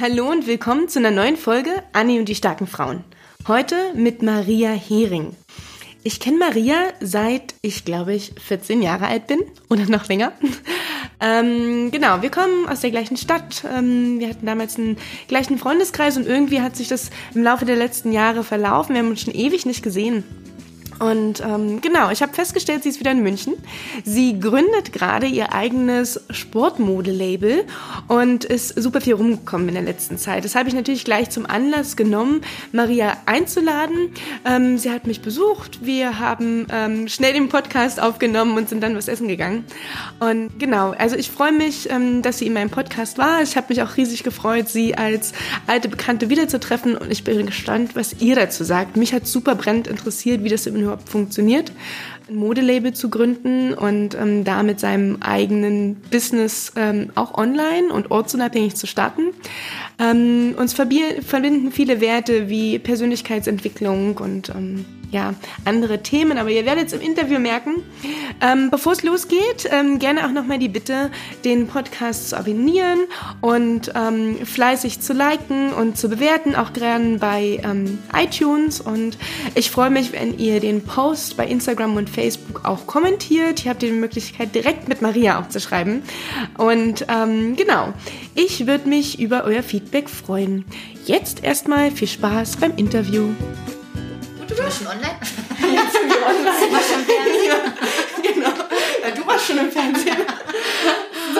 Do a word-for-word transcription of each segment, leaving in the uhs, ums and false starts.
Hallo und willkommen zu einer neuen Folge Anni und die starken Frauen. Heute mit Maria Hering. Ich kenne Maria seit ich glaube ich vierzehn Jahre alt bin oder noch länger. ähm, genau, wir kommen aus der gleichen Stadt. Ähm, wir hatten damals einen gleichen Freundeskreis und irgendwie hat sich das im Laufe der letzten Jahre verlaufen. Wir haben uns schon ewig nicht gesehen. Und ähm, genau, ich habe festgestellt, sie ist wieder in München. Sie gründet gerade ihr eigenes Sportmodelabel und ist super viel rumgekommen in der letzten Zeit. Das habe ich natürlich gleich zum Anlass genommen, Maria einzuladen. Ähm, sie hat mich besucht, wir haben ähm, schnell den Podcast aufgenommen und sind dann was essen gegangen. Und genau, also ich freue mich, ähm, dass sie in meinem Podcast war. Ich habe mich auch riesig gefreut, sie als alte Bekannte wiederzutreffen und ich bin gespannt, was ihr dazu sagt. Mich hat super brennend interessiert, wie das überhaupt funktioniert, ein Modelabel zu gründen und ähm, da mit seinem eigenen Business ähm, auch online und ortsunabhängig zu starten. Ähm, uns verbi- verbinden viele Werte wie Persönlichkeitsentwicklung und ähm, ja, andere Themen, aber ihr werdet es im Interview merken. Ähm, bevor es losgeht, ähm, gerne auch nochmal die Bitte, den Podcast zu abonnieren und ähm, fleißig zu liken und zu bewerten, auch gerne bei ähm, iTunes. Und ich freue mich, wenn ihr den Post bei Instagram und Facebook auch kommentiert. Ihr habt die Möglichkeit, direkt mit Maria auch zu schreiben. Und ähm, genau, ich würde mich über euer Feedback freuen. Jetzt erstmal viel Spaß beim Interview. Du warst schon online? Jetzt sind wir online. Du warst schon im Fernsehen? Genau. Ja, du warst schon im Fernsehen. So.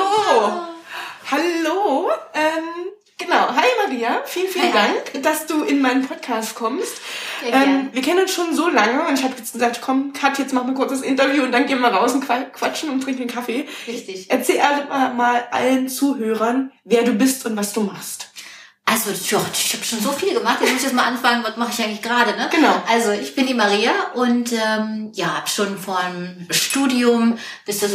Hallo. Ähm, genau. Hi Maria. Vielen, vielen Hi. Dank, dass du in meinen Podcast kommst. Ja, ähm, wir kennen uns schon so lange und ich habe jetzt gesagt, komm, Kat, jetzt machen wir kurz das Interview und dann gehen wir raus und quatschen und trinken einen Kaffee. Richtig. Erzähl mal, mal allen Zuhörern, wer du bist und was du machst. Also, tja, ich habe schon so viel gemacht. Jetzt muss ich jetzt mal anfangen, was mache ich eigentlich gerade, ne? Genau. Also, ich bin die Maria und ähm, ja, habe schon vom Studium bis zur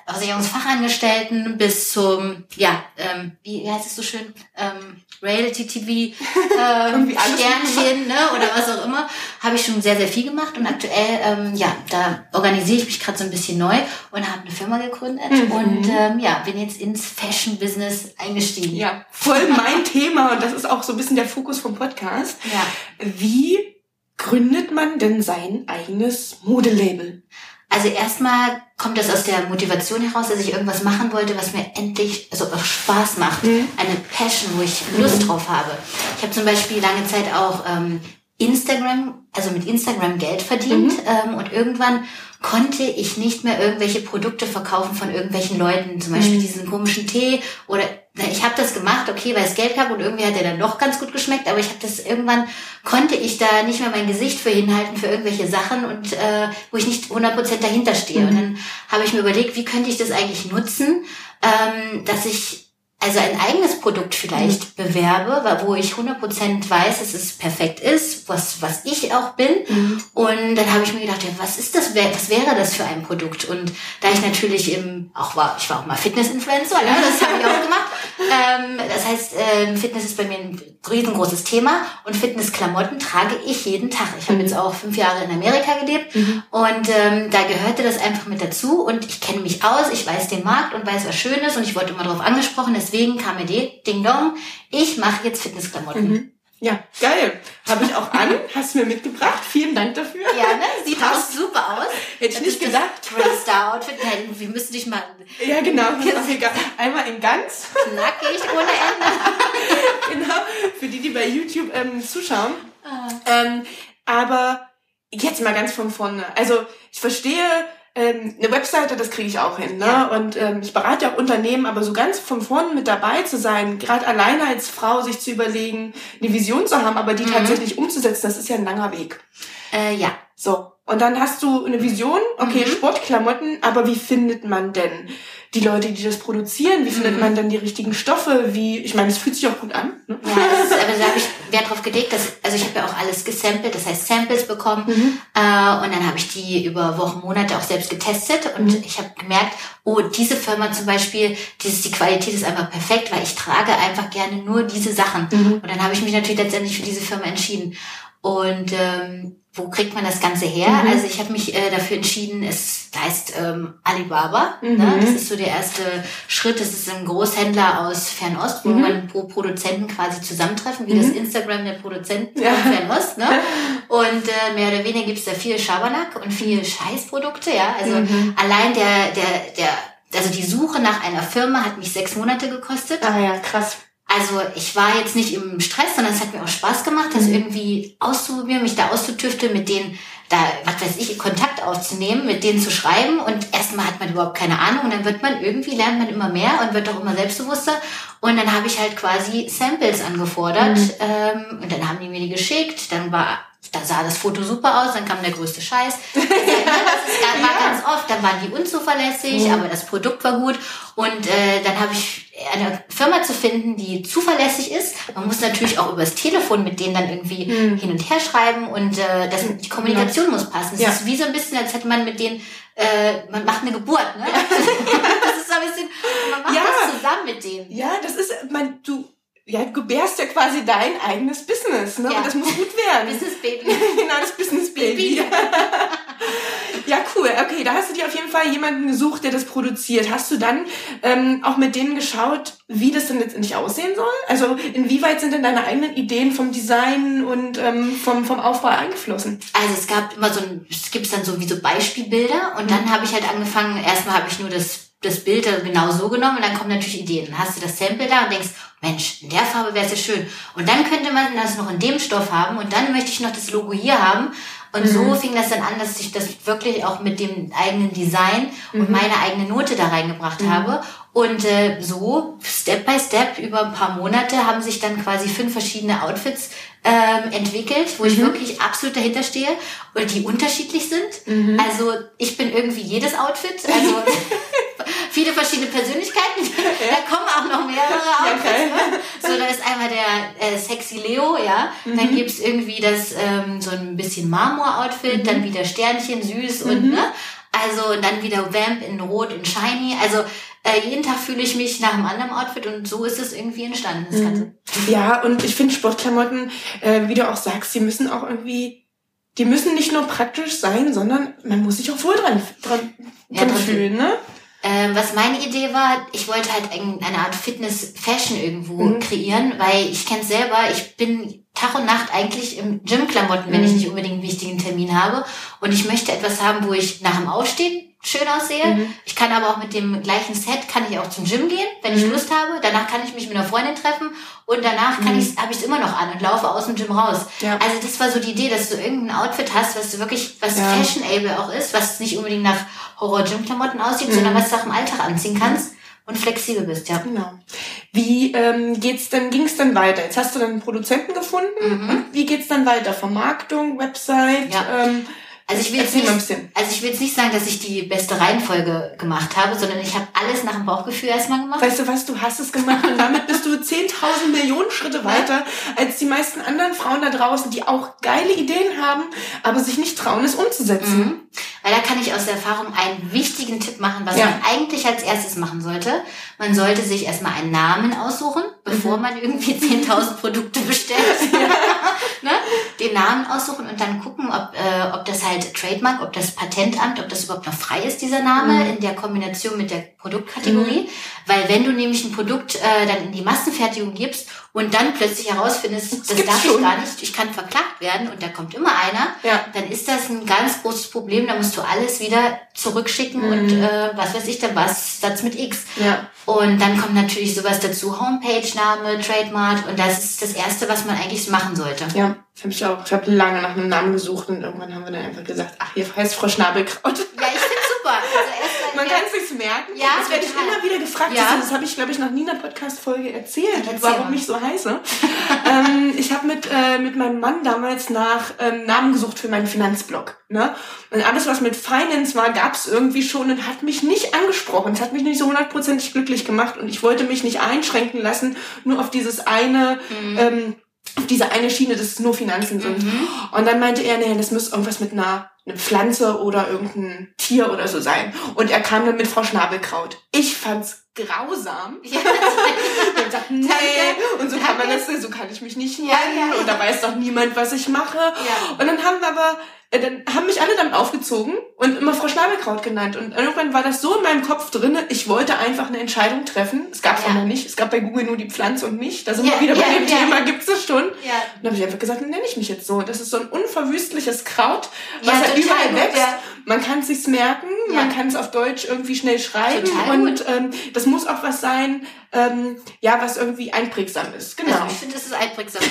Sozialversicherungsfachangestellten bis zum, ja, ähm, wie, wie heißt es so schön, ähm, Reality-T V, ähm, Sternchen, ne, oder was auch immer, habe ich schon sehr, sehr viel gemacht und aktuell, ähm, ja, da organisiere ich mich gerade so ein bisschen neu und habe eine Firma gegründet mhm. und ähm, ja, bin jetzt ins Fashion-Business eingestiegen. Ja, voll mein Thema und das ist auch so ein bisschen der Fokus vom Podcast. Ja. Wie gründet man denn sein eigenes Modelabel? Also erstmal kommt das aus der Motivation heraus, dass ich irgendwas machen wollte, was mir endlich also auch Spaß macht. Mhm. Eine Passion, wo ich Lust mhm. drauf habe. Ich habe zum Beispiel lange Zeit auch ähm, Instagram, also mit Instagram Geld verdient mhm. ähm, und irgendwann konnte ich nicht mehr irgendwelche Produkte verkaufen von irgendwelchen Leuten, zum Beispiel mhm. diesen komischen Tee oder ich habe das gemacht, okay, weil es Geld gab und irgendwie hat der dann doch ganz gut geschmeckt, aber ich habe das irgendwann, konnte ich da nicht mehr mein Gesicht für hinhalten für irgendwelche Sachen und äh, wo ich nicht hundert Prozent dahinter stehe. Mhm. Und dann habe ich mir überlegt, wie könnte ich das eigentlich nutzen, ähm, dass ich also ein eigenes Produkt vielleicht mhm. bewerbe, wo ich hundert Prozent weiß, dass es perfekt ist, was was ich auch bin. Mhm. Und dann habe ich mir gedacht, ja, was ist das, was wäre das für ein Produkt? Und da ich natürlich im, auch war, ich war auch mal Fitness-Influencer, ne? Das habe ich auch gemacht. Ähm, das heißt, ähm, Fitness ist bei mir ein riesengroßes Thema und Fitnessklamotten trage ich jeden Tag. Ich habe mhm. jetzt auch fünf Jahre in Amerika gelebt mhm. und ähm, da gehörte das einfach mit dazu und ich kenne mich aus, ich weiß den Markt und weiß, was schön ist und ich wurde immer darauf angesprochen, deswegen kam mir die Ding Dong, ich mache jetzt Fitnessklamotten. Mhm. Ja, geil. Habe ich auch an. Hast du mir mitgebracht. Vielen Dank dafür. Ja, ne? Sieht auch super aus. Hätte ich nicht gedacht. Race Outfit. Wir müssen dich mal... Ja, genau. Einmal in ganz. Knackig ohne Ende. Genau. Für die, die bei YouTube ähm, zuschauen. Ah. Ähm, aber jetzt mal ganz von vorne. Also, ich verstehe... Ähm, eine Webseite, das kriege ich auch hin, ne? Ja. Und ähm, ich berate ja auch Unternehmen, aber so ganz von vorne mit dabei zu sein, gerade alleine als Frau sich zu überlegen, eine Vision zu haben, aber die mhm. tatsächlich umzusetzen, das ist ja ein langer Weg. Äh, ja. So, und dann hast du eine Vision, okay, mhm. Sportklamotten, aber wie findet man denn die Leute, die das produzieren? Wie findet mhm. man denn die richtigen Stoffe? Wie, ich meine, es fühlt sich auch gut an. Ne? Ja, das ist, aber da habe ich Wert drauf gelegt, dass, also ich habe ja auch alles gesampelt, das heißt Samples bekommen mhm. äh, und dann habe ich die über Wochen, Monate auch selbst getestet und mhm. ich habe gemerkt, oh, diese Firma zum Beispiel, dieses, die Qualität ist einfach perfekt, weil ich trage einfach gerne nur diese Sachen. Mhm. Und dann habe ich mich natürlich letztendlich für diese Firma entschieden. Und ähm, wo kriegt man das Ganze her? Mhm. Also ich habe mich äh, dafür entschieden, es heißt ähm, Alibaba. Mhm. Ne? Das ist so der erste Schritt. Das ist ein Großhändler aus Fernost, wo mhm. man pro Produzenten quasi zusammentreffen, wie mhm. das Instagram der Produzenten ja. von Fernost. Ne? Und äh, mehr oder weniger gibt's da viel Schabernack und viel Scheißprodukte. Ja, also mhm. allein der der der also die Suche nach einer Firma hat mich sechs Monate gekostet. Ah ja, krass. Also ich war jetzt nicht im Stress, sondern es hat mir auch Spaß gemacht, das mhm. irgendwie auszuprobieren, mich da auszutüfteln, mit denen da, was weiß ich, Kontakt aufzunehmen, mit denen zu schreiben. Und erstmal hat man überhaupt keine Ahnung und dann wird man irgendwie, lernt man immer mehr und wird auch immer selbstbewusster. Und dann habe ich halt quasi Samples angefordert mhm. ähm, und dann haben die mir die geschickt, dann war... Da sah das Foto super aus, dann kam der größte Scheiß. Das war ja. ganz oft, dann waren die unzuverlässig, mhm. aber das Produkt war gut. Und äh, dann habe ich eine Firma zu finden, die zuverlässig ist. Man muss natürlich auch übers Telefon mit denen dann irgendwie mhm. hin und her schreiben und äh, das, die Kommunikation ja. muss passen. Es ja. ist wie so ein bisschen, als hätte man mit denen, äh, man macht eine Geburt, ne? Das ist so ein bisschen, man macht ja. das zusammen mit denen. Ja, das ist, man, du... Ja, du gebärst ja quasi dein eigenes Business, ne? Ja. Und das muss gut werden. Business Baby. Genau, das Business Baby. Ja, cool. Okay, da hast du dir auf jeden Fall jemanden gesucht, der das produziert. Hast du dann ähm, auch mit denen geschaut, wie das denn letztendlich aussehen soll? Also inwieweit sind denn deine eigenen Ideen vom Design und ähm, vom vom Aufbau eingeflossen? Also es gab immer so ein, es gibt dann so wie so Beispielbilder und mhm. dann habe ich halt angefangen, erstmal habe ich nur das das Bild genau so genommen und dann kommen natürlich Ideen. Dann hast du das Sample da und denkst, Mensch, in der Farbe wäre es ja schön. Und dann könnte man das noch in dem Stoff haben und dann möchte ich noch das Logo hier haben. Und mhm. so fing das dann an, dass ich das wirklich auch mit dem eigenen Design mhm. und meine eigene Note da reingebracht mhm. habe. Und äh, so, Step by Step, über ein paar Monate haben sich dann quasi fünf verschiedene Outfits ähm, entwickelt, wo mhm. ich wirklich absolut dahinter stehe und die unterschiedlich sind. Mhm. Also ich bin irgendwie jedes Outfit, also viele verschiedene Persönlichkeiten. Ja. Da kommen auch noch mehrere Outfits. Ja, okay. Ne? So, da ist einmal der äh, Sexy Leo, ja. Mhm. Dann gibt's irgendwie das ähm, so ein bisschen Marmor-Outfit, mhm. dann wieder Sternchen, süß mhm. und ne. Also dann wieder Vamp in Rot und Shiny. Also äh, jeden Tag fühle ich mich nach einem anderen Outfit und so ist es irgendwie entstanden, das Ganze. Ja, und ich finde Sportklamotten, äh, wie du auch sagst, die müssen auch irgendwie, die müssen nicht nur praktisch sein, sondern man muss sich auch wohl dran, dran, ja, dran fühlen, ne? Ähm, was meine Idee war, ich wollte halt eine Art Fitness-Fashion irgendwo mhm. kreieren, weil ich kenne es selber, ich bin Tag und Nacht eigentlich im Gym-Klamotten, wenn mhm. ich nicht unbedingt einen wichtigen Termin habe. Und ich möchte etwas haben, wo ich nach dem Aufstehen schön aussehe. Mhm. Ich kann aber auch mit dem gleichen Set, kann ich auch zum Gym gehen, wenn ich mhm. Lust habe. Danach kann ich mich mit einer Freundin treffen und danach kann mhm. ich, habe ich es immer noch an und laufe aus dem Gym raus. Ja. Also das war so die Idee, dass du irgendein Outfit hast, was du wirklich, was ja. fashionable auch ist, was nicht unbedingt nach Horror-Gym-Klamotten aussieht, mhm. sondern was du auch im Alltag anziehen kannst. Und flexibel bist, ja. Genau. Wie ähm, geht's denn, ging's denn weiter? Jetzt hast du dann einen Produzenten gefunden. Mhm. Und wie geht's dann weiter? Vermarktung, Website? Ja. Ähm, also ich will jetzt nicht, also ich will jetzt nicht sagen, dass ich die beste Reihenfolge gemacht habe, sondern ich habe alles nach dem Bauchgefühl erstmal gemacht. Weißt du was, du hast es gemacht und damit bist du zehntausend Millionen Schritte weiter als die meisten anderen Frauen da draußen, die auch geile Ideen haben, aber sich nicht trauen, es umzusetzen. Mhm. Weil da kann ich aus der Erfahrung einen wichtigen Tipp machen, was ja. man eigentlich als erstes machen sollte. Man sollte sich erstmal einen Namen aussuchen, bevor mhm. man irgendwie zehntausend Produkte bestellt. Ja. Ne? Den Namen aussuchen und dann gucken, ob, äh, ob das halt Trademark, ob das Patentamt, ob das überhaupt noch frei ist, dieser Name, mhm. in der Kombination mit der Produktkategorie. Mhm. Weil wenn du nämlich ein Produkt äh, dann in die Massenfertigung gibst und dann plötzlich herausfindest, das, das darf schon. ich gar nicht, ich kann verklagt werden und da kommt immer einer, ja. dann ist das ein ganz großes Problem, da musst du alles wieder zurückschicken mhm. und äh, was weiß ich dann was, Satz mit X. Ja. Und dann kommt natürlich sowas dazu, Homepage-Name, Trademark und das ist das Erste, was man eigentlich machen sollte. Ja, das habe ich auch. Ich habe lange nach einem Namen gesucht und irgendwann haben wir dann einfach gesagt, ach, hier heißt Frau Schnabelkraut. Ja, ich finde super. Also erst man kann es sich merken. Ja, das werde ich immer wieder gefragt. Ja. Das, das habe ich, glaube ich, noch nie in einer Podcast-Folge erzählt, Erzähl warum mal. ich so heiße. ähm, ich habe mit äh, mit meinem Mann damals nach ähm, Namen gesucht für meinen Finanzblog. Ne? Und alles, was mit Finance war, gab es irgendwie schon und hat mich nicht angesprochen. Es hat mich nicht so hundertprozentig glücklich gemacht und ich wollte mich nicht einschränken lassen, nur auf dieses eine... Mhm. Ähm, auf diese eine Schiene, dass es nur Finanzen sind. Mhm. Und dann meinte er, nee, das muss irgendwas mit einer eine Pflanze oder irgendein Tier oder so sein. Und er kam dann mit Frau Schnabelkraut. Ich fand's grausam. Ja, und sagt, nee, und so kann man das, so kann ich mich nicht nennen. Ja, ja, und da weiß doch niemand, was ich mache. Ja. Und dann haben wir aber, dann haben mich alle damit aufgezogen und immer Frau Schnabelkraut genannt. Und irgendwann war das so in meinem Kopf drin, ich wollte einfach eine Entscheidung treffen. Es gab's ja noch nicht. Es gab bei Google nur die Pflanze und mich. Da sind ja, wir wieder ja, bei dem ja. Thema, gibt's es schon. Ja. Und dann habe ich einfach gesagt, dann nenne ich mich jetzt so. Das ist so ein unverwüstliches Kraut, was ja, ja überall gut, wächst. Ja. Man kann es sich merken, ja. man kann es auf Deutsch irgendwie schnell schreiben. Total und gut. Ähm, das muss auch was sein, ähm, ja, was irgendwie einprägsam ist. Genau. Also ich finde, das ist einprägsam.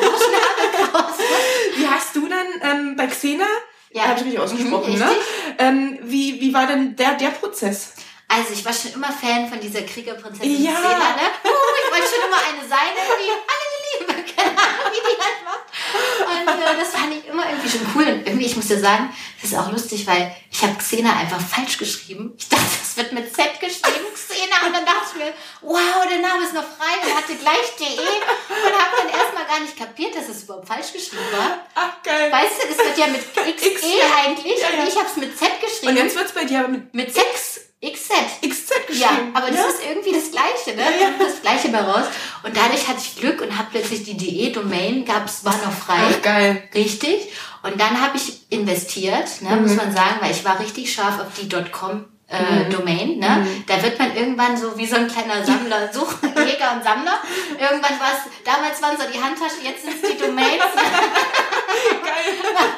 Wie hast du dann ähm, bei Xena, ja. habe ich richtig ausgesprochen, mhm, ne? Ähm, wie, wie war denn der, der Prozess? Also ich war schon immer Fan von dieser Kriegerprinzessin ja. Xena, ne? Uh, ich wollte schon immer eine sein, die alle lieben, keine Ahnung, wie die halt macht. Und äh, das fand ich immer irgendwie schon cool. Und irgendwie, ich muss dir sagen, das ist auch lustig, weil ich habe Xena einfach falsch geschrieben. Ich dachte, das wird mit Z geschrieben, Xena. Und dann dachte ich mir, wow, der Name ist noch frei und hatte gleich D E. Und habe dann erstmal gar nicht kapiert, dass es überhaupt falsch geschrieben war. Ach, geil. Weißt du, das wird ja mit X E X, ja. eigentlich. Ja, ja. Und ich habe es mit Z geschrieben. Und jetzt wird's bei dir mit, mit Z. X Z. X Z geschrieben. Ja, aber das ja. ist irgendwie das Gleiche, ne? Ja, ja. Das Gleiche bei raus. Und dadurch hatte ich Glück und habe plötzlich die D E-Domain, gab's, war noch frei. Ach, geil. Richtig. Und dann habe ich investiert, ne, mhm. muss man sagen, weil ich war richtig scharf auf die .com äh, mhm. Domain, ne? Mhm. Da wird man irgendwann so wie so ein kleiner Sammler, Such, Jäger und Sammler. Irgendwann war es, damals waren so die Handtaschen, jetzt sind es die Domains. Geil.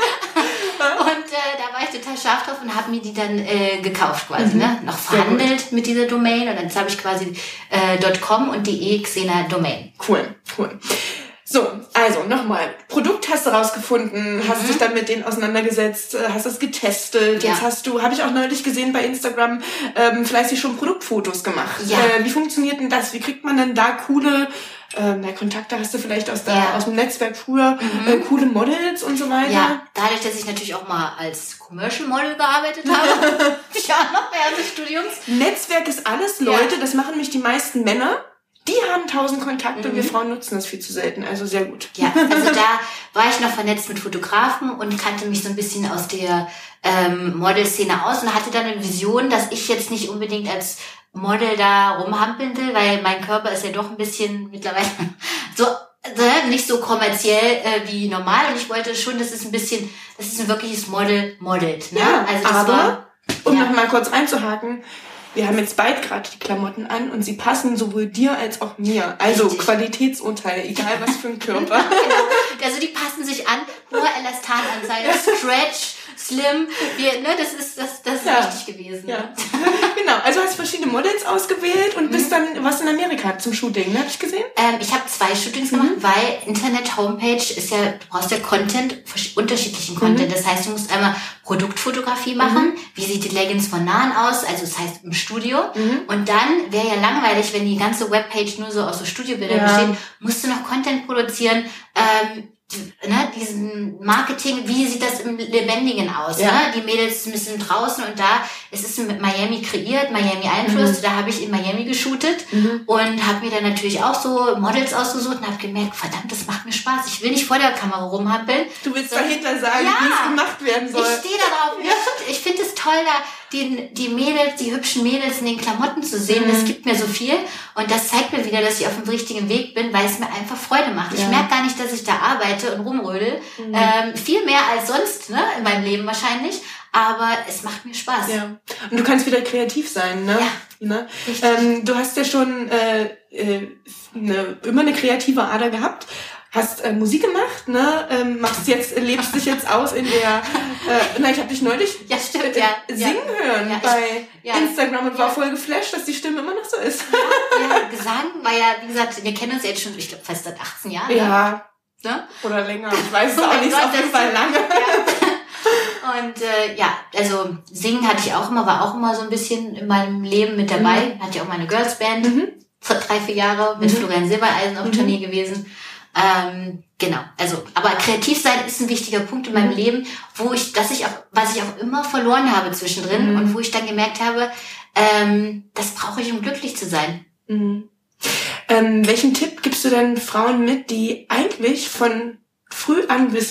Und äh, da war ich total scharf drauf und habe mir die dann äh, gekauft quasi, mhm. ne? Noch verhandelt mit dieser Domain und jetzt habe ich quasi äh, .com und die Xena Domain. Cool, cool. So, also nochmal, Produkt hast du rausgefunden, mhm. hast dich dann mit denen auseinandergesetzt, hast das getestet, ja. Jetzt hast du, habe ich auch neulich gesehen bei Instagram, ähm, fleißig schon Produktfotos gemacht. Ja. Äh, wie funktioniert denn das? Wie kriegt man denn da coole ähm, na, Kontakte hast du vielleicht aus, der, ja. aus dem Netzwerk früher, mhm. äh, coole Models und so weiter? Ja, dadurch, dass ich natürlich auch mal als Commercial Model gearbeitet habe, ich auch noch während des Studiums. Netzwerk ist alles, Leute, ja. Das machen nämlich die meisten Männer. Die haben tausend Kontakte, mhm. wir Frauen nutzen das viel zu selten, also sehr gut. Ja, also da war ich noch vernetzt mit Fotografen und kannte mich so ein bisschen aus der ähm, Modelszene aus und hatte dann eine Vision, dass ich jetzt nicht unbedingt als Model da rumhampeln will, weil mein Körper ist ja doch ein bisschen mittlerweile so äh, nicht so kommerziell äh, wie normal und ich wollte schon, dass es ein bisschen, dass es ein wirkliches Model modelt. Ne? Ja, also das aber, war, um ja. noch mal kurz einzuhaken, wir haben jetzt beide gerade die Klamotten an und sie passen sowohl dir als auch mir. Also richtig. Qualitätsurteil, egal was für ein Körper. Genau. Also die passen sich an, hohe Elastananzeige, Stretch, Slim, wir, ne, das ist das, das ist ja. richtig gewesen. Ja. Ne? Genau, also hast verschiedene Models ausgewählt und mhm. bist dann was in Amerika zum Shooting, ne, hab ich gesehen? Ähm, ich habe zwei Shootings mhm. gemacht, weil Internet-Homepage ist ja, du brauchst ja Content, unterschiedlichen Content. Mhm. Das heißt, du musst einmal Produktfotografie machen, mhm. wie sieht die Leggings von nahen aus, also das heißt im Studio. Mhm. Und dann wäre ja langweilig, wenn die ganze Webpage nur so aus so Studiobildern ja. besteht, musst du noch Content produzieren, ähm, ne, diesen Marketing, wie sieht das im Lebendigen aus? Ja. Ne? Die Mädels müssen draußen und da, es ist mit Miami kreiert, Miami Einfluss, mhm. da habe ich in Miami geshootet mhm. und habe mir dann natürlich auch so Models ausgesucht und habe gemerkt, verdammt, das macht mir Spaß. Ich will nicht vor der Kamera rumhampeln. Du willst so, dahinter sagen, ja, wie es gemacht werden soll. Ich stehe da drauf. Ja. Ich, ich finde es toll, da die, die Mädels, die hübschen Mädels in den Klamotten zu sehen. Mhm. Das gibt mir so viel und das zeigt mir wieder, dass ich auf dem richtigen Weg bin, weil es mir einfach Freude macht. Ja. Ich merke gar nicht, dass ich da arbeite und rumrödel. Mhm. Ähm, viel mehr als sonst, ne, in meinem Leben wahrscheinlich. Aber es macht mir Spaß. Ja. Und du kannst wieder kreativ sein, ne? Ja. Ne? Ähm, du hast ja schon äh, äh, ne, immer eine kreative Ader gehabt. Hast äh, Musik gemacht, ne? Ähm, machst jetzt, lebst dich jetzt aus in der, äh, nein, ich habe dich neulich ja, stimmt, äh, ja, singen ja. hören ja, bei ich, ja. Instagram und ja. war voll geflasht, dass die Stimme immer noch so ist. Ja, ja, Gesang war ja, wie gesagt, wir kennen uns jetzt schon, ich glaube, fast seit achtzehn Jahren. Ja. Ne? Oder länger, ich weiß es auch nicht, Gott, auf jeden Fall lange. Ja. Und äh, ja, also singen hatte ich auch immer, war auch immer so ein bisschen in meinem Leben mit dabei. Mhm. Hatte ich auch meine Girls-Band, mhm. vor drei, vier Jahre mit mhm. Florian Silbereisen auf mhm. Tournee gewesen. Ähm, genau, also, aber kreativ sein ist ein wichtiger Punkt in meinem mhm. Leben, wo ich, dass ich auch, was ich auch immer verloren habe zwischendrin mhm. und wo ich dann gemerkt habe, ähm, das brauche ich, um glücklich zu sein. Mhm. Ähm, welchen Tipp gibst du denn Frauen mit, die eigentlich von früh an wissen,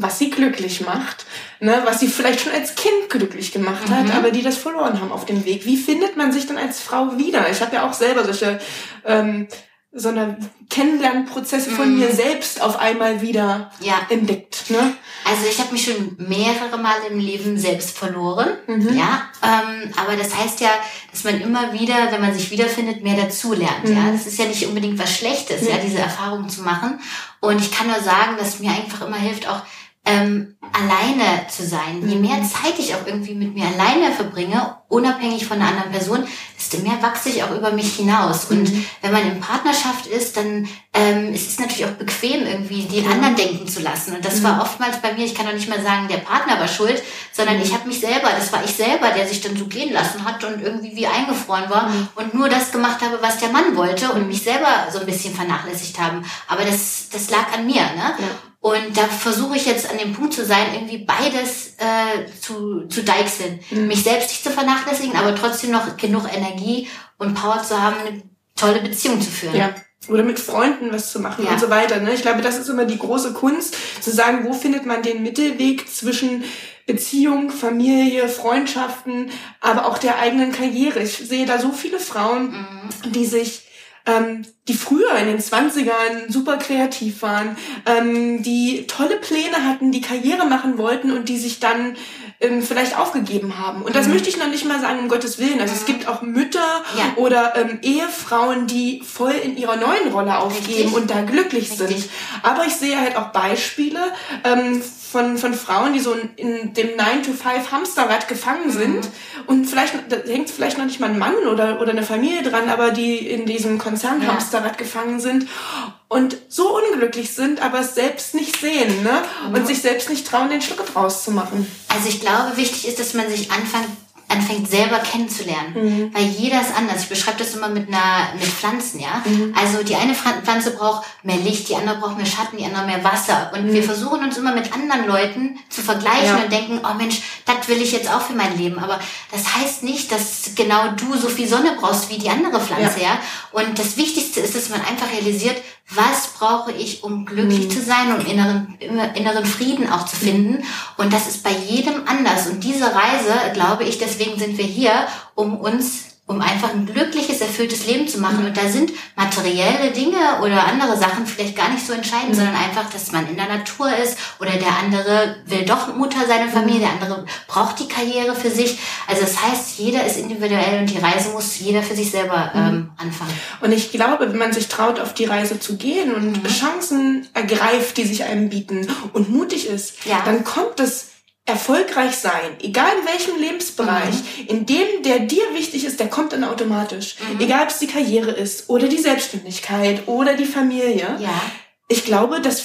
was sie glücklich macht, ne, was sie vielleicht schon als Kind glücklich gemacht hat, mhm. aber die das verloren haben auf dem Weg. Wie findet man sich dann als Frau wieder? Ich habe ja auch selber solche ähm, so eine Kennenlernprozesse von mm. mir selbst auf einmal wieder ja. entdeckt. Ne? Also ich habe mich schon mehrere Mal im Leben selbst verloren, mhm. ja. Ähm, aber das heißt ja, dass man immer wieder, wenn man sich wiederfindet, mehr dazulernt. Mhm. Ja, das ist ja nicht unbedingt was Schlechtes, mhm. ja, diese Erfahrung zu machen. Und ich kann nur sagen, dass mir einfach immer hilft, auch ähm, alleine zu sein. Je mehr Zeit ich auch irgendwie mit mir alleine verbringe, unabhängig von einer anderen Person, desto mehr wachse ich auch über mich hinaus. Und mhm. wenn man in Partnerschaft ist, dann ähm, es ist natürlich auch bequem, irgendwie den anderen denken zu lassen. Und das mhm. war oftmals bei mir, ich kann auch nicht mal sagen, der Partner war schuld, sondern mhm. ich habe mich selber, das war ich selber, der sich dann so gehen lassen hat und irgendwie wie eingefroren war mhm. und nur das gemacht habe, was der Mann wollte und mich selber so ein bisschen vernachlässigt haben. Aber das, das lag an mir, ne? Ja. Und da versuche ich jetzt an dem Punkt zu sein, irgendwie beides äh, zu, zu deichseln. Mhm. Mich selbst nicht zu vernachlässigen, aber trotzdem noch genug Energie und Power zu haben, eine tolle Beziehung zu führen. Ja. Oder mit Freunden was zu machen ja. und so weiter. Ne? Ich glaube, das ist immer die große Kunst, zu sagen, wo findet man den Mittelweg zwischen Beziehung, Familie, Freundschaften, aber auch der eigenen Karriere. Ich sehe da so viele Frauen, mhm. die sich Ähm, die früher in den zwanzigern super kreativ waren, ähm, die tolle Pläne hatten, die Karriere machen wollten und die sich dann ähm, vielleicht aufgegeben haben. Und das mhm. möchte ich noch nicht mal sagen, um Gottes Willen. Also mhm. es gibt auch Mütter ja. oder ähm, Ehefrauen, die voll in ihrer neuen Rolle aufgeben Richtig. Und da glücklich Richtig. Sind. Aber ich sehe halt auch Beispiele ähm, von von Frauen, die so in, in dem nine to five Hamsterrad gefangen sind mhm. und vielleicht, da hängt vielleicht noch nicht mal ein Mann oder oder eine Familie dran, aber die in diesem Konzern-Hamsterrad ja. gefangen sind und so unglücklich sind, aber es selbst nicht sehen, ne? Mhm. Und sich selbst nicht trauen, den Schluck rauszumachen. Also ich glaube, wichtig ist, dass man sich anfängt, anfängt selber kennenzulernen. Mhm. Weil jeder ist anders. Ich beschreibe das immer mit einer, mit Pflanzen, ja. Mhm. Also die eine Pflanze braucht mehr Licht, die andere braucht mehr Schatten, die andere mehr Wasser. Und mhm. wir versuchen uns immer mit anderen Leuten zu vergleichen ja. und denken, oh Mensch, das will ich jetzt auch für mein Leben. Aber das heißt nicht, dass genau du so viel Sonne brauchst wie die andere Pflanze, ja. ja? Und das Wichtigste ist, dass man einfach realisiert, was brauche ich, um glücklich mhm. zu sein und inneren, inneren Frieden auch zu finden. Und das ist bei jedem anders. Und diese Reise, glaube ich, deswegen sind wir hier, um uns, um einfach ein glückliches, erfülltes Leben zu machen. Und da sind materielle Dinge oder andere Sachen vielleicht gar nicht so entscheidend, mhm. sondern einfach, dass man in der Natur ist oder der andere will doch Mutter seiner Familie, der andere braucht die Karriere für sich. Also das heißt, jeder ist individuell und die Reise muss jeder für sich selber ähm, mhm. anfangen. Und ich glaube, wenn man sich traut, auf die Reise zu gehen und mhm. Chancen ergreift, die sich einem bieten und mutig ist, ja. dann kommt es erfolgreich sein, egal in welchem Lebensbereich, mhm. in dem, der dir wichtig ist, der kommt dann automatisch. Mhm. Egal, ob es die Karriere ist oder die Selbstständigkeit oder die Familie. Ja. Ich glaube, das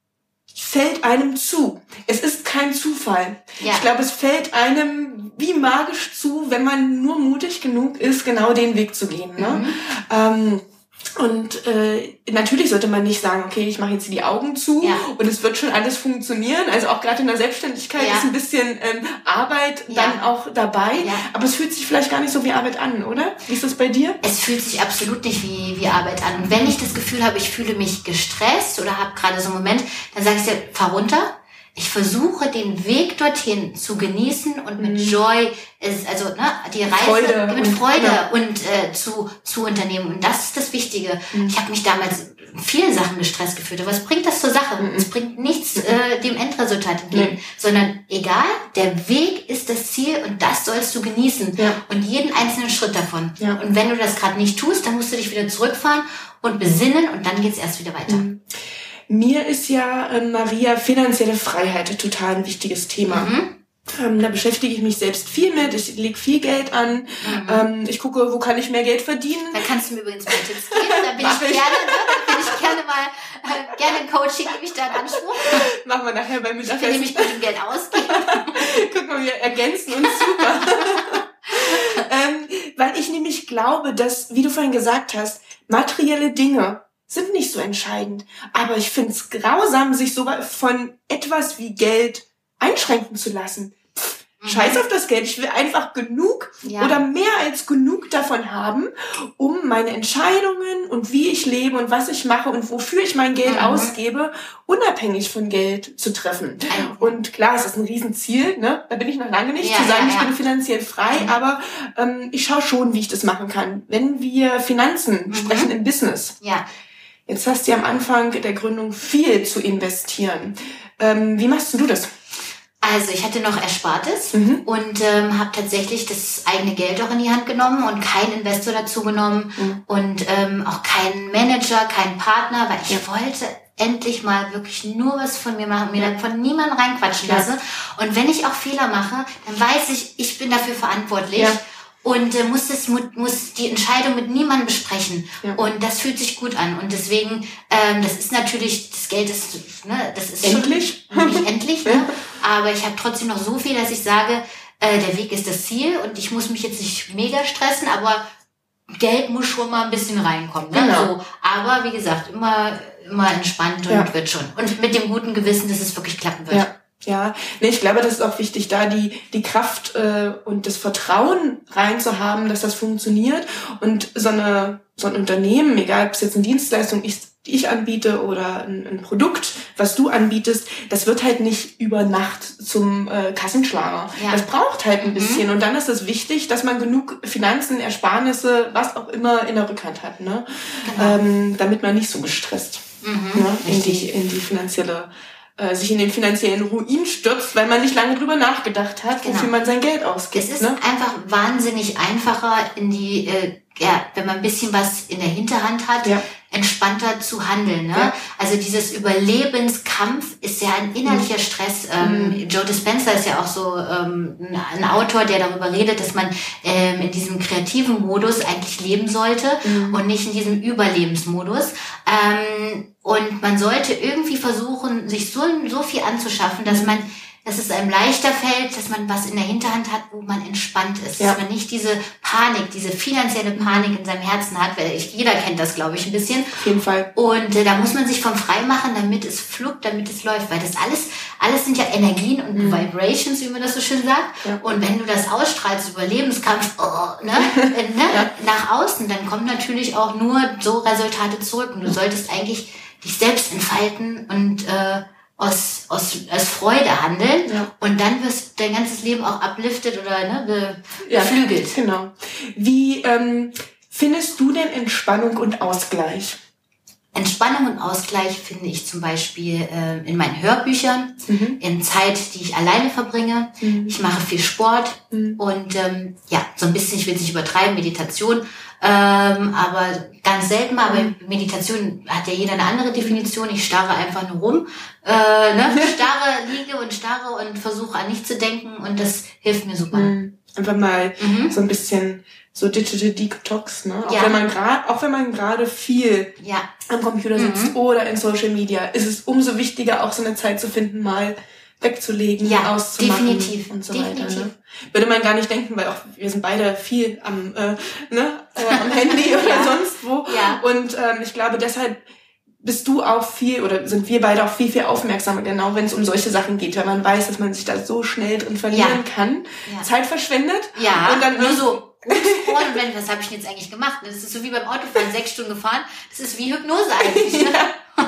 fällt einem zu. Es ist kein Zufall. Ja. Ich glaube, es fällt einem wie magisch zu, wenn man nur mutig genug ist, genau den Weg zu gehen. Ne? Mhm. Ähm, Und äh, natürlich sollte man nicht sagen, okay, ich mache jetzt die Augen zu ja. und es wird schon alles funktionieren. Also auch gerade in der Selbstständigkeit ja. ist ein bisschen ähm, Arbeit ja. dann auch dabei. Ja. Aber es fühlt sich vielleicht gar nicht so wie Arbeit an, oder? Wie ist das bei dir? Es fühlt sich absolut nicht wie, wie Arbeit an. Und wenn ich das Gefühl habe, ich fühle mich gestresst oder habe gerade so einen Moment, dann sage ich dir, fahr runter. Ich versuche, den Weg dorthin zu genießen und mit mhm. Joy, ist, also ne, die Reise Freude mit und, Freude ja. und äh, zu zu unternehmen. Und das ist das Wichtige. Mhm. Ich habe mich damals viele Sachen gestresst gefühlt, aber was bringt das zur Sache? Mhm. Es bringt nichts äh, dem Endresultat entgegen, mhm. sondern egal, der Weg ist das Ziel und das sollst du genießen. Ja. Und jeden einzelnen Schritt davon. Ja. Und wenn du das gerade nicht tust, dann musst du dich wieder zurückfahren und besinnen und dann geht's erst wieder weiter. Mhm. Mir ist ja, äh, Maria, finanzielle Freiheit total ein wichtiges Thema. Mhm. Ähm, da beschäftige ich mich selbst viel mit. Ich lege viel Geld an. Mhm. Ähm, ich gucke, wo kann ich mehr Geld verdienen. Da kannst du mir übrigens mal Tipps geben. Da bin ich gerne, ne? Da bin ich gerne mal, äh, gerne ein Coaching, nehme ich da in Anspruch. Machen wir nachher beim Mittagessen. Ich will nämlich mit dem Geld ausgeben. Guck mal, wir ergänzen uns super. ähm, weil ich nämlich glaube, dass, wie du vorhin gesagt hast, materielle Dinge sind nicht so entscheidend. Aber ich finde es grausam, sich sogar von etwas wie Geld einschränken zu lassen. Pff, Scheiß auf das Geld. Ich will einfach genug ja. oder mehr als genug davon haben, um meine Entscheidungen und wie ich lebe und was ich mache und wofür ich mein Geld mhm. ausgebe, unabhängig von Geld zu treffen. Mhm. Und klar, es ist ein Riesenziel, ne? Da bin ich noch lange nicht, ja, zu sagen, ja, ich ja. bin finanziell frei, mhm. aber ähm, ich schaue schon, wie ich das machen kann. Wenn wir Finanzen mhm. sprechen im Business, ja. jetzt hast du ja am Anfang der Gründung viel zu investieren. Ähm, wie machst du das? Also ich hatte noch Erspartes mhm. und ähm, habe tatsächlich das eigene Geld auch in die Hand genommen und keinen Investor dazu genommen mhm. und ähm, auch keinen Manager, keinen Partner, weil ich ja. wollte endlich mal wirklich nur was von mir machen, mir ja. dann von niemandem reinquatschen ja. lasse. Und wenn ich auch Fehler mache, dann weiß ich, ich bin dafür verantwortlich. Ja. Und äh, muss das muss die Entscheidung mit niemandem besprechen. Ja. Und das fühlt sich gut an. Und deswegen, ähm, das ist natürlich, das Geld ist, ne, das ist endlich? schon nicht endlich, ne? Aber ich habe trotzdem noch so viel, dass ich sage, äh, der Weg ist das Ziel und ich muss mich jetzt nicht mega stressen, aber Geld muss schon mal ein bisschen reinkommen. Ne? Genau. So, aber wie gesagt, immer, immer entspannt und ja. wird schon. Und mit dem guten Gewissen, dass es wirklich klappen wird. Ja. Ja, nee, ich glaube, das ist auch wichtig, da die die Kraft äh, und das Vertrauen reinzuhaben, dass das funktioniert und so eine so ein Unternehmen, egal ob es jetzt eine Dienstleistung ist, die ich anbiete oder ein, ein Produkt, was du anbietest, das wird halt nicht über Nacht zum äh, Kassenschlager. Ja. Das braucht halt ein bisschen mhm. und dann ist es wichtig, dass man genug Finanzen, Ersparnisse, was auch immer in der Rückhand hat, ne, genau. ähm, damit man nicht so gestresst mhm. ne? in die in die finanzielle sich in den finanziellen Ruin stürzt, weil man nicht lange drüber nachgedacht hat, genau. wofür man sein Geld ausgibt. Es ist ne? einfach wahnsinnig einfacher, in die, äh, ja, wenn man ein bisschen was in der Hinterhand hat, ja. entspannter zu handeln. Ne? Ja. Also dieses Überlebenskampf ist ja ein innerlicher mhm. Stress. Ähm, mhm. Joe Dispenza ist ja auch so ähm, ein Autor, der darüber redet, dass man ähm, in diesem kreativen Modus eigentlich leben sollte mhm. und nicht in diesem Überlebensmodus. Ähm, und man sollte irgendwie versuchen, sich so, so viel anzuschaffen, dass man dass es einem leichter fällt, dass man was in der Hinterhand hat, wo man entspannt ist. Ja. Dass man nicht diese Panik, diese finanzielle Panik in seinem Herzen hat, weil ich, jeder kennt das, glaube ich, ein bisschen. Auf jeden Fall. Und äh, da muss man sich von frei machen, damit es flugt, damit es läuft. Weil das alles, alles sind ja Energien und mhm. Vibrations, wie man das so schön sagt. Ja. Und wenn du das ausstrahlst, Überlebenskampf, oh, ne, äh, ne, ja. nach außen, dann kommen natürlich auch nur so Resultate zurück. Und du solltest eigentlich dich selbst entfalten und äh, aus, aus, aus Freude handeln ja. und dann wirst dein ganzes Leben auch uplifted oder ne, be, ja, beflügelt. Genau. Wie ähm, findest du denn Entspannung und Ausgleich? Entspannung und Ausgleich finde ich zum Beispiel äh, in meinen Hörbüchern, mhm. in Zeit, die ich alleine verbringe. Mhm. Ich mache viel Sport mhm. und ähm, ja, so ein bisschen, ich will es nicht übertreiben, Meditation, ähm, aber ganz selten mal, aber Meditation hat ja jeder eine andere Definition. Ich starre einfach nur rum, äh, ne? starre, liege und starre und versuche an nichts zu denken und das hilft mir super. Mhm. Einfach mal mhm. so ein bisschen so Digital Detox, ne? Auch ja. wenn man gerade, auch wenn man gerade viel ja. am Computer sitzt mhm. oder in Social Media, ist es umso wichtiger, auch so eine Zeit zu finden, mal wegzulegen, ja, auszumachen definitiv. und so definitiv. weiter. Ne? Würde man gar nicht denken, weil auch wir sind beide viel am, äh, ne, äh, am Handy oder ja. sonst wo. Ja. Und ähm, ich glaube, deshalb bist du auch viel oder sind wir beide auch viel, viel aufmerksamer, genau wenn es um solche Sachen geht, weil man weiß, dass man sich da so schnell drin verlieren ja. kann, ja. Zeit verschwendet. Ja, und dann nur so. Und wenn, was habe ich denn jetzt eigentlich gemacht? Das ist so wie beim Autofahren, sechs Stunden gefahren. Das ist wie Hypnose eigentlich. Ne? Ja.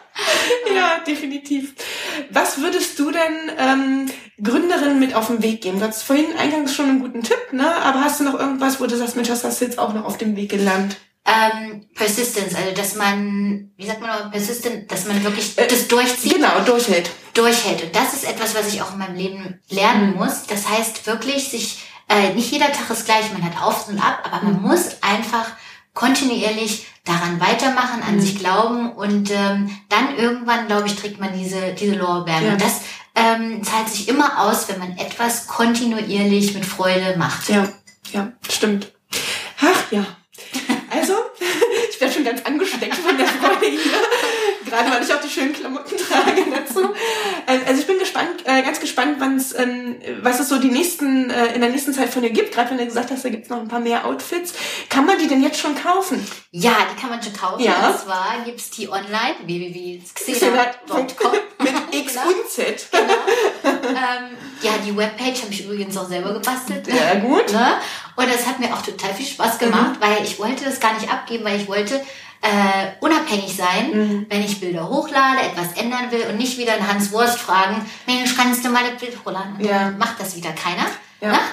Ja, definitiv. Was würdest du denn ähm, Gründerinnen mit auf den Weg geben? Du hast vorhin eingangs schon einen guten Tipp, ne? Aber hast du noch irgendwas, wo du sagst, Mensch, das hast du jetzt auch noch auf dem Weg gelernt? Ähm, Persistence, also dass man, wie sagt man noch, persistent, dass man wirklich äh, das durchzieht. Genau, durchhält. Durchhält. Und das ist etwas, was ich auch in meinem Leben lernen mhm. muss. Das heißt wirklich, sich, äh, nicht jeder Tag ist gleich, man hat Auf und Ab, aber man mhm. muss einfach kontinuierlich daran weitermachen, an mhm. sich glauben und ähm, dann irgendwann, glaube ich, trägt man diese diese Lorbeeren. Ja. Und das ähm, zahlt sich immer aus, wenn man etwas kontinuierlich mit Freude macht. Ja, ja, stimmt. Ach ja. Also, ich werde schon ganz angesteckt von der Freude hier. Gerade weil ich auch die schönen Klamotten trage dazu. Also ich bin gespannt, äh, ganz gespannt, wann's, ähm, was es so die nächsten, äh, in der nächsten Zeit von dir gibt. Gerade wenn du gesagt hast, da gibt's noch ein paar mehr Outfits. Kann man die denn jetzt schon kaufen? Ja, die kann man schon kaufen. Ja. Und zwar gibt's die online, w w w punkt xena punkt com. Mit X genau. und Z. Genau. ähm, ja, die Webpage habe ich übrigens auch selber gebastelt. Ja, gut. Ne? Und das hat mir auch total viel Spaß gemacht, mhm. weil ich wollte das gar nicht abgeben, weil ich wollte äh, unabhängig sein, mhm. wenn ich Bilder hochlade, etwas ändern will und nicht wieder einen Hans Wurst fragen, Mensch, kannst du mal das Bild hochladen? Und ja. dann macht das wieder keiner. Ja. Ne?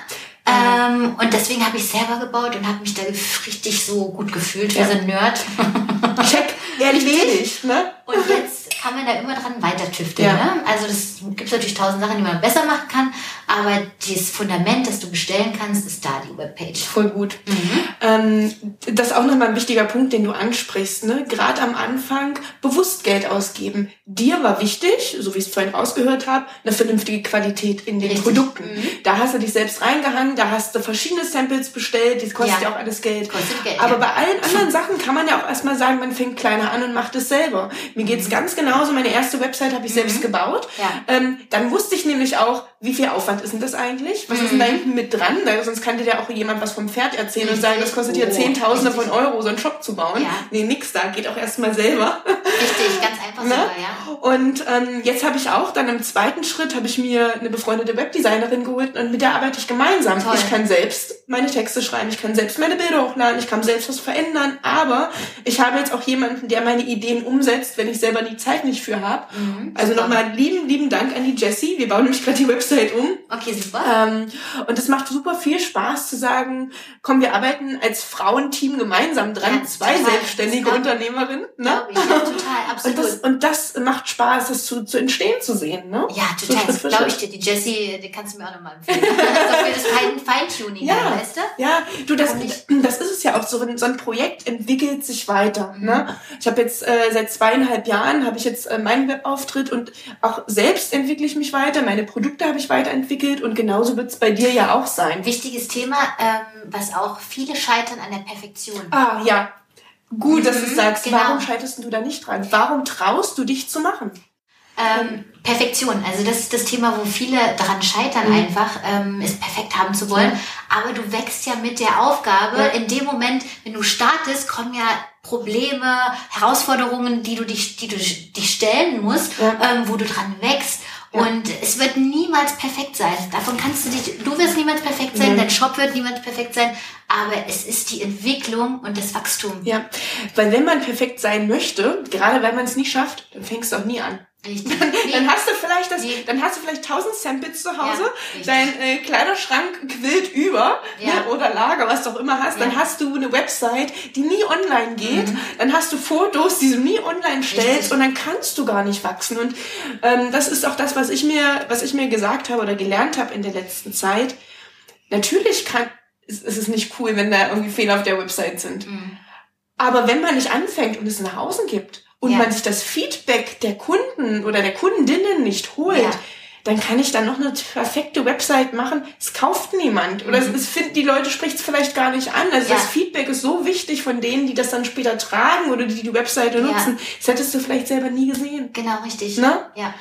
Ähm, und deswegen habe ich selber gebaut und habe mich da richtig so gut gefühlt, wie ja. so ein Nerd. Check, ehrlich, ne? Und jetzt kann man da immer dran weiter tüfteln. Ja. Ne? Also das gibt natürlich tausend Sachen, die man besser machen kann, aber das Fundament, das du bestellen kannst, ist da, die Webpage. Voll gut. Mhm. Ähm, das ist auch nochmal ein wichtiger Punkt, den du ansprichst. Ne? Gerade am Anfang bewusst Geld ausgeben. Dir war wichtig, so wie ich es vorhin rausgehört habe, eine vernünftige Qualität in den Richtig. Produkten. Mhm. Da hast du dich selbst reingehangen, da hast du verschiedene Samples bestellt, das kostet ja, ja auch alles Geld. Kostet Geld aber ja. bei allen anderen Sachen kann man ja auch erstmal sagen, man fängt kleiner an und macht es selber. Mir geht's mhm. ganz genauso, meine erste Website habe ich mhm. selbst gebaut. Ja. Ähm, dann wusste ich nämlich auch, wie viel Aufwand ist denn das eigentlich? Was mhm. ist denn da hinten mit dran? Weil sonst kann dir ja auch jemand was vom Pferd erzählen Richtig. und sagen, das kostet ja oh, Zehntausende von Euro, so einen Shop zu bauen. Ja. Nee, nix da, geht auch erstmal selber. Richtig, ganz einfach ne? sogar, ja. Und ähm, jetzt habe ich auch, dann im zweiten Schritt, habe ich mir eine befreundete Webdesignerin geholt und mit der arbeite ich gemeinsam. Toll. Ich kann selbst meine Texte schreiben, ich kann selbst meine Bilder hochladen, ich kann selbst was verändern, aber ich habe jetzt auch jemanden, der meine Ideen umsetzt, wenn ich selber die Zeit nicht für habe. Mhm, also nochmal lieben, lieben Dank an die Jessie. Wir bauen nämlich gerade die Website um. Okay, super. Ähm, und es macht super viel Spaß zu sagen, komm, wir arbeiten als Frauenteam gemeinsam dran, ja, zwei total. selbstständige das Unternehmerinnen. Ne? Ich, ja, total, absolut. Und das, und das macht Spaß, das zu, zu entstehen zu sehen. Ne? Ja, total. So das glaube ich dir. Die Jessie, die kannst du mir auch nochmal empfehlen. Also für das Feintuning, ja, weißt du? Ja, du, das, das ist es ja auch so. So ein Projekt entwickelt sich weiter. Mhm. Ne? Ich habe jetzt äh, seit zweieinhalb Jahren habe ich jetzt äh, meinen Webauftritt und auch selbst entwickle ich mich weiter. Meine Produkte habe ich weiterentwickelt und genauso wird es bei dir ja auch sein. Wichtiges Thema, ähm, was auch viele scheitern an der Perfektion. Ah, ja. Gut, dass du es sagst. Genau. Warum scheiterst du da nicht dran? Warum traust du dich zu machen? Ähm, Perfektion, also das ist das Thema, wo viele daran scheitern, mhm. einfach ähm, es perfekt haben zu wollen. Ja. Aber du wächst ja mit der Aufgabe. Ja. In dem Moment, wenn du startest, kommen ja Probleme, Herausforderungen, die du dich, die du dich stellen musst, ja. ähm, wo du dran wächst. Ja. Und es wird niemals perfekt sein. Davon kannst du dich, du wirst niemals perfekt sein, mhm. dein Shop wird niemals perfekt sein, aber es ist die Entwicklung und das Wachstum. Ja, weil wenn man perfekt sein möchte, gerade weil man es nie schafft, dann fängst du auch nie an. Richtig. Dann, nee. dann hast du vielleicht das, nee. dann hast du vielleicht tausend Samples zu Hause, ja, dein äh, Kleiderschrank quillt über, ja. ne, oder Lager, was du auch immer hast, ja. dann hast du eine Website, die nie online geht, mhm. dann hast du Fotos, die du nie online stellst Richtig. Und dann kannst du gar nicht wachsen. Und ähm, das ist auch das, was ich mir, was ich mir gesagt habe oder gelernt habe in der letzten Zeit. Natürlich kann, ist, ist es nicht cool, wenn da irgendwie Fehler auf der Website sind. Mhm. Aber wenn man nicht anfängt und es nach außen gibt, und ja. man sich das Feedback der Kunden oder der Kundinnen nicht holt, ja. dann kann ich dann noch eine perfekte Website machen. Es kauft niemand. Oder mhm. es, es find, die Leute spricht es vielleicht gar nicht an. Also ja. das Feedback ist so wichtig von denen, die das dann später tragen oder die die Webseite ja. nutzen. Das hättest du vielleicht selber nie gesehen. Genau, richtig. Ne? Ja.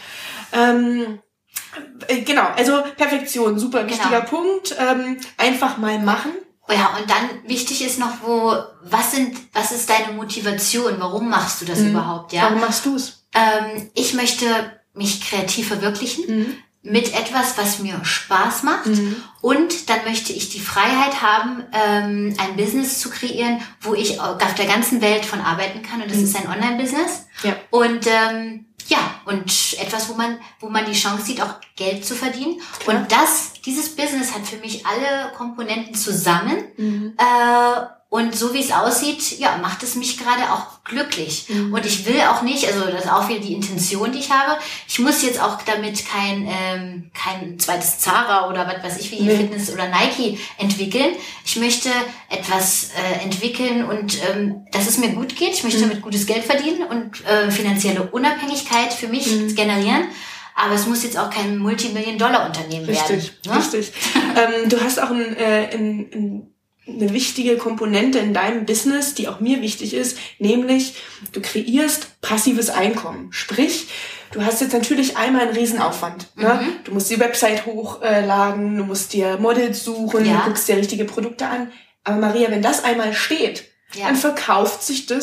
Ähm, äh, genau, also Perfektion, super wichtiger genau. Punkt. Ähm, einfach mal machen. Ja, und dann wichtig ist noch, wo, was sind, was ist deine Motivation? Warum machst du das mhm. überhaupt? Ja? Warum machst du es? Ähm, ich möchte mich kreativ verwirklichen mhm. mit etwas, was mir Spaß macht. Mhm. Und dann möchte ich die Freiheit haben, ähm, ein Business zu kreieren, wo ich auf der ganzen Welt von arbeiten kann. Und das mhm. ist ein Online-Business. Ja. Und ähm, ja, und etwas, wo man, wo man die Chance sieht, auch Geld zu verdienen. Klar. Und das, dieses Business hat für mich alle Komponenten zusammen. Mhm. Äh, und so wie es aussieht, ja, macht es mich gerade auch glücklich. Mhm. Und ich will auch nicht, also das ist auch wieder die Intention, die ich habe. Ich muss jetzt auch damit kein ähm, kein zweites Zara oder was weiß ich wie nee. Fitness oder Nike entwickeln. Ich möchte etwas äh, entwickeln und ähm, dass es mir gut geht. Ich möchte mhm. damit gutes Geld verdienen und äh, finanzielle Unabhängigkeit für mich mhm. generieren. Aber es muss jetzt auch kein Multimillion-Dollar-Unternehmen werden. Richtig, ne? richtig. ähm, du hast auch ein, äh, ein, ein eine wichtige Komponente in deinem Business, die auch mir wichtig ist, nämlich du kreierst passives Einkommen. Sprich, du hast jetzt natürlich einmal einen Riesenaufwand. Mhm. Ne? Du musst die Website hochladen, du musst dir Models suchen, ja. du guckst dir richtige Produkte an. Aber Maria, wenn das einmal steht, ja. dann verkauft sich das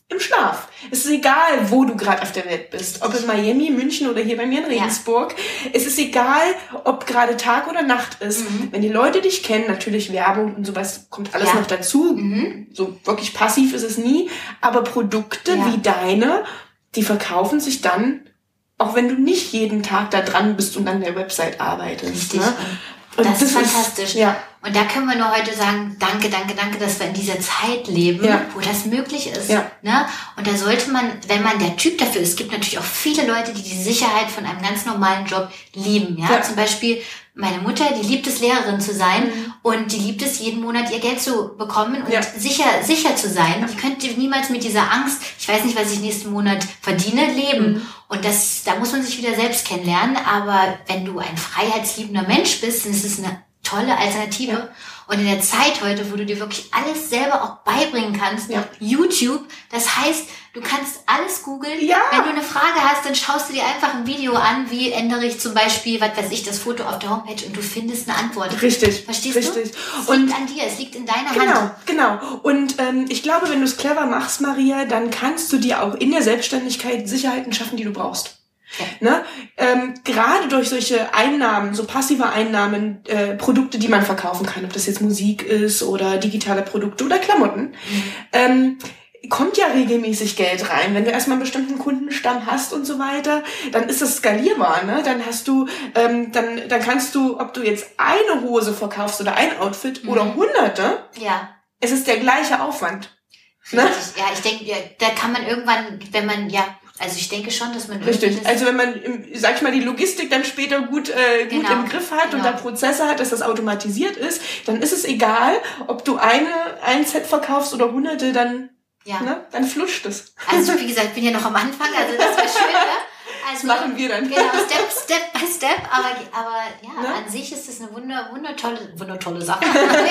im Schlaf. Es ist egal, wo du gerade auf der Welt bist. Ob in Miami, München oder hier bei mir in Regensburg. Ja. Es ist egal, ob gerade Tag oder Nacht ist. Mhm. Wenn die Leute dich kennen, natürlich Werbung und sowas kommt alles ja. noch dazu. Mhm. So wirklich passiv ist es nie. Aber Produkte ja. wie deine, die verkaufen sich dann, auch wenn du nicht jeden Tag da dran bist und an der Website arbeitest. Richtig. Ne? Und das, das ist fantastisch. Ist, ja. Und da können wir nur heute sagen, danke, danke, danke, dass wir in dieser Zeit leben, ja. wo das möglich ist. Ja. Ne? Und da sollte man, wenn man der Typ dafür ist, es gibt natürlich auch viele Leute, die die Sicherheit von einem ganz normalen Job lieben. Ja? ja. Zum Beispiel meine Mutter, die liebt es, Lehrerin zu sein mhm. und die liebt es, jeden Monat ihr Geld zu bekommen und ja. sicher sicher zu sein. Ja. Die könnte niemals mit dieser Angst, ich weiß nicht, was ich nächsten Monat verdiene, leben. Mhm. Und das, da muss man sich wieder selbst kennenlernen. Aber wenn du ein freiheitsliebender Mensch bist, dann ist es eine tolle Alternative. Ja. Und in der Zeit heute, wo du dir wirklich alles selber auch beibringen kannst, ja. YouTube, das heißt, du kannst alles googeln. Ja. Wenn du eine Frage hast, dann schaust du dir einfach ein Video an, wie ändere ich zum Beispiel, was weiß ich, das Foto auf der Homepage und du findest eine Antwort. Richtig. Verstehst richtig. du? Es und liegt an dir, es liegt in deiner genau, Hand. Genau, genau. Und ähm, ich glaube, wenn du es clever machst, Maria, dann kannst du dir auch in der Selbstständigkeit Sicherheiten schaffen, die du brauchst. Ja. Ne? Ähm, gerade durch solche Einnahmen, so passive Einnahmen, äh, Produkte, die man verkaufen kann, ob das jetzt Musik ist oder digitale Produkte oder Klamotten, mhm. ähm, kommt ja regelmäßig Geld rein. Wenn du erstmal einen bestimmten Kundenstamm hast und so weiter, dann ist das skalierbar. Ne? Dann hast du, ähm, dann, dann kannst du, ob du jetzt eine Hose verkaufst oder ein Outfit mhm. oder hunderte, ja. es ist der gleiche Aufwand. Ne? Ja, ich denke, ja, da kann man irgendwann, wenn man, ja, also ich denke schon, dass man... Richtig, also wenn man, sag ich mal, die Logistik dann später gut, äh, gut genau, im Griff hat genau. und da Prozesse hat, dass das automatisiert ist, dann ist es egal, ob du eine, ein Set verkaufst oder hunderte, dann, ja. ne, dann flutscht es. Also wie gesagt, ich bin ja noch am Anfang, also das wäre schön, ne? Also, das machen wir dann. Genau, Step, Step by Step, aber, aber ja, ne? An sich ist das eine wunder, wundertolle, wundertolle Sache.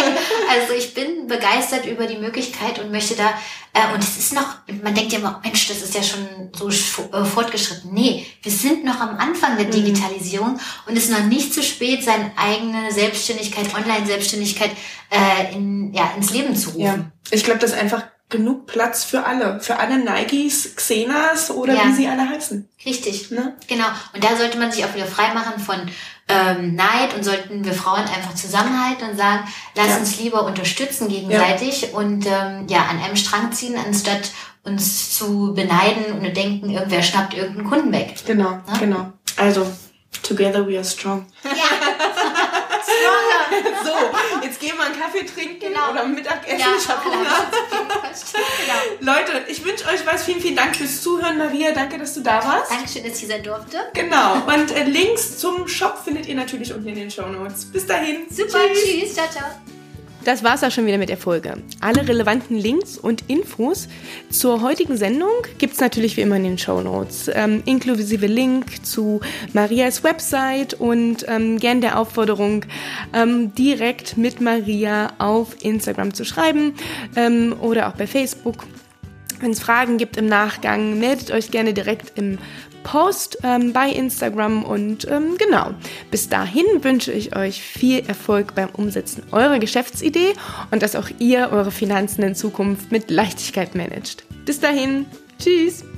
Also ich bin begeistert über die Möglichkeit und möchte da, äh, und es ist noch, man denkt ja immer, Mensch, das ist ja schon so äh, fortgeschritten. Nee, wir sind noch am Anfang der Digitalisierung mhm. und es ist noch nicht zu spät, seine eigene Selbstständigkeit, Online-Selbstständigkeit äh, in, ja, ins Leben zu rufen. Ja. Ich glaube, das ist einfach genug Platz für alle. Für alle Nikes, Xenas oder ja. wie sie alle heißen. Richtig, ne? Genau. Und da sollte man sich auch wieder freimachen von ähm, Neid und sollten wir Frauen einfach zusammenhalten und sagen, lass ja. uns lieber unterstützen gegenseitig ja. und ähm, ja an einem Strang ziehen, anstatt uns zu beneiden und denken, irgendwer schnappt irgendeinen Kunden weg. Genau, ne? genau. Also, together we are strong. Ja. Stronger. So, jetzt gehen wir einen Kaffee trinken genau. oder Mittagessen. Ja, ich hab Hunger. Genau. Leute, ich wünsche euch was. Vielen, vielen Dank fürs Zuhören. Maria, danke, dass du da warst. Dankeschön, dass ich hier sein durfte. Genau. Und äh, Links zum Shop findet ihr natürlich unten in den Shownotes. Bis dahin. Super, tschüss. tschüss. Ciao, ciao. Das war's auch schon wieder mit der Folge. Alle relevanten Links und Infos zur heutigen Sendung gibt's natürlich wie immer in den Shownotes, ähm, inklusive Link zu Marias Website und ähm, gern der Aufforderung, ähm, direkt mit Maria auf Instagram zu schreiben ähm, oder auch bei Facebook. Wenn es Fragen gibt im Nachgang, meldet euch gerne direkt im Post ähm, bei Instagram und ähm, genau. Bis dahin wünsche ich euch viel Erfolg beim Umsetzen eurer Geschäftsidee und dass auch ihr eure Finanzen in Zukunft mit Leichtigkeit managt. Bis dahin, tschüss!